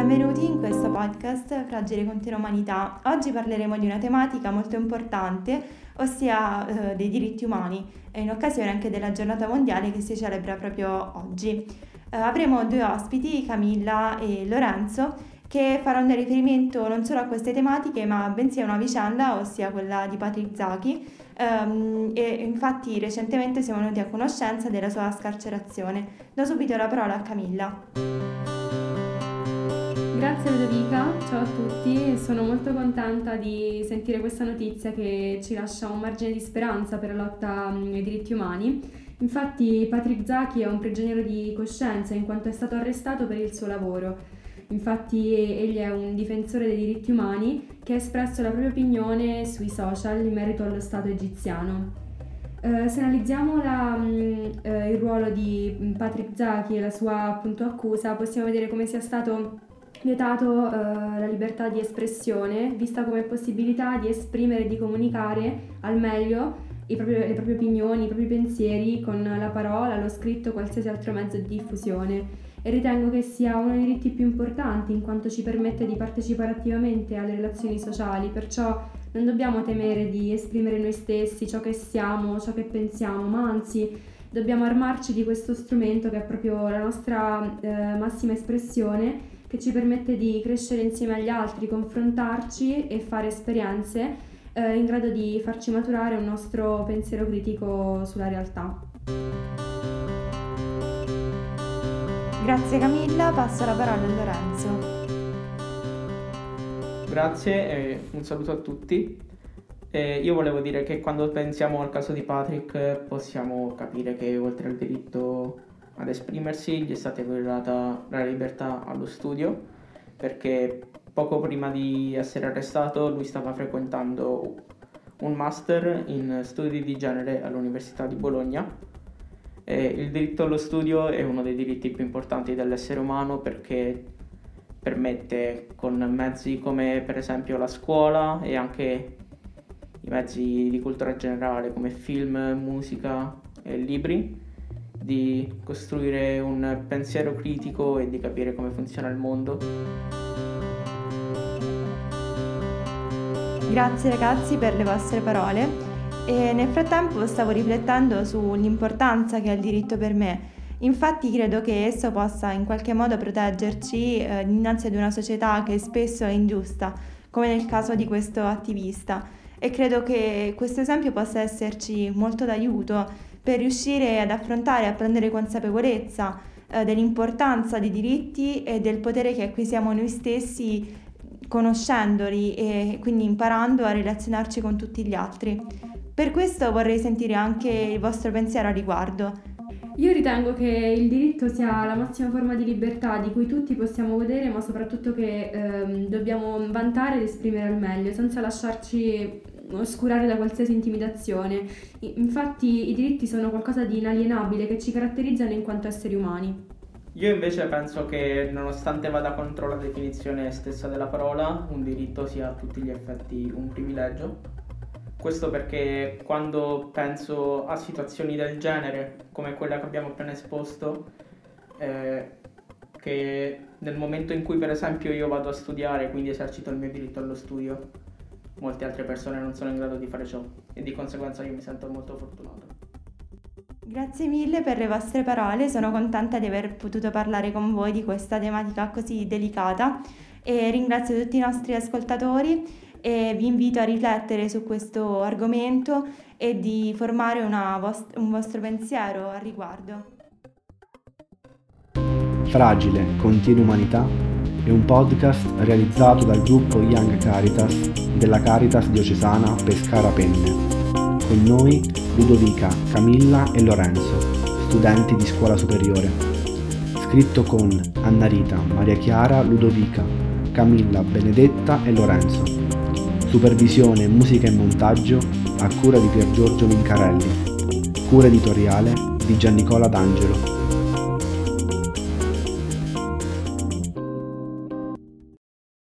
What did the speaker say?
Benvenuti in questo podcast Fragile contro l'umanità. Oggi parleremo di una tematica molto importante, ossia dei diritti umani, in occasione anche della giornata mondiale che si celebra proprio oggi. Avremo due ospiti, Camilla e Lorenzo, che faranno riferimento non solo a queste tematiche, ma bensì a una vicenda, ossia quella di Patrick Zaki, e infatti recentemente siamo venuti a conoscenza della sua scarcerazione. Do subito la parola a Camilla. Grazie Ludovica, ciao a tutti, sono molto contenta di sentire questa notizia che ci lascia un margine di speranza per la lotta ai diritti umani. Infatti Patrick Zaki è un prigioniero di coscienza in quanto è stato arrestato per il suo lavoro. Infatti egli è un difensore dei diritti umani che ha espresso la propria opinione sui social in merito allo Stato egiziano. Se analizziamo il ruolo di Patrick Zaki e la sua appunto accusa, possiamo vedere come sia stato vietato la libertà di espressione, vista come possibilità di esprimere e di comunicare al meglio le proprie opinioni, i propri pensieri con la parola, lo scritto, qualsiasi altro mezzo di diffusione. E ritengo che sia uno dei diritti più importanti in quanto ci permette di partecipare attivamente alle relazioni sociali, perciò non dobbiamo temere di esprimere noi stessi, ciò che siamo, ciò che pensiamo, ma anzi dobbiamo armarci di questo strumento che è proprio la nostra massima espressione, che ci permette di crescere insieme agli altri, confrontarci e fare esperienze in grado di farci maturare un nostro pensiero critico sulla realtà. Grazie Camilla, passo la parola a Lorenzo. Grazie e un saluto a tutti. Io volevo dire che quando pensiamo al caso di Patrick possiamo capire che oltre al diritto ad esprimersi gli è stata violata la libertà allo studio, perché poco prima di essere arrestato lui stava frequentando un master in studi di genere all'Università di Bologna. Il diritto allo studio è uno dei diritti più importanti dell'essere umano perché permette, con mezzi come per esempio la scuola e anche i mezzi di cultura generale come film, musica e libri, di costruire un pensiero critico e di capire come funziona il mondo. Grazie ragazzi per le vostre parole. E nel frattempo stavo riflettendo sull'importanza che ha il diritto per me. Infatti credo che esso possa in qualche modo proteggerci dinanzi ad una società che spesso è ingiusta, come nel caso di questo attivista. E credo che questo esempio possa esserci molto d'aiuto per riuscire ad affrontare e a prendere consapevolezza dell'importanza dei diritti e del potere che acquisiamo noi stessi conoscendoli e quindi imparando a relazionarci con tutti gli altri. Per questo vorrei sentire anche il vostro pensiero a riguardo. Io ritengo che il diritto sia la massima forma di libertà di cui tutti possiamo godere, ma soprattutto che dobbiamo vantare ed esprimere al meglio, senza lasciarci oscurare da qualsiasi intimidazione. Infatti i diritti sono qualcosa di inalienabile che ci caratterizzano in quanto esseri umani. Io invece penso che, nonostante vada contro la definizione stessa della parola, un diritto sia a tutti gli effetti un privilegio. Questo perché quando penso a situazioni del genere, come quella che abbiamo appena esposto, che nel momento in cui per esempio io vado a studiare, quindi esercito il mio diritto allo studio, molte altre persone non sono in grado di fare ciò e di conseguenza io mi sento molto fortunato. Grazie mille per le vostre parole, sono contenta di aver potuto parlare con voi di questa tematica così delicata e ringrazio tutti i nostri ascoltatori e vi invito a riflettere su questo argomento e di formare un vostro pensiero al riguardo. Fragile contro l'umanità è un podcast realizzato dal gruppo Young Caritas della Caritas diocesana Pescara Penne. Con noi Ludovica, Camilla e Lorenzo, studenti di scuola superiore. Scritto con Anna Rita, Maria Chiara, Ludovica, Camilla, Benedetta e Lorenzo. Supervisione, musica e montaggio a cura di Pier Giorgio Mincarelli. Cura editoriale di Giannicola D'Angelo.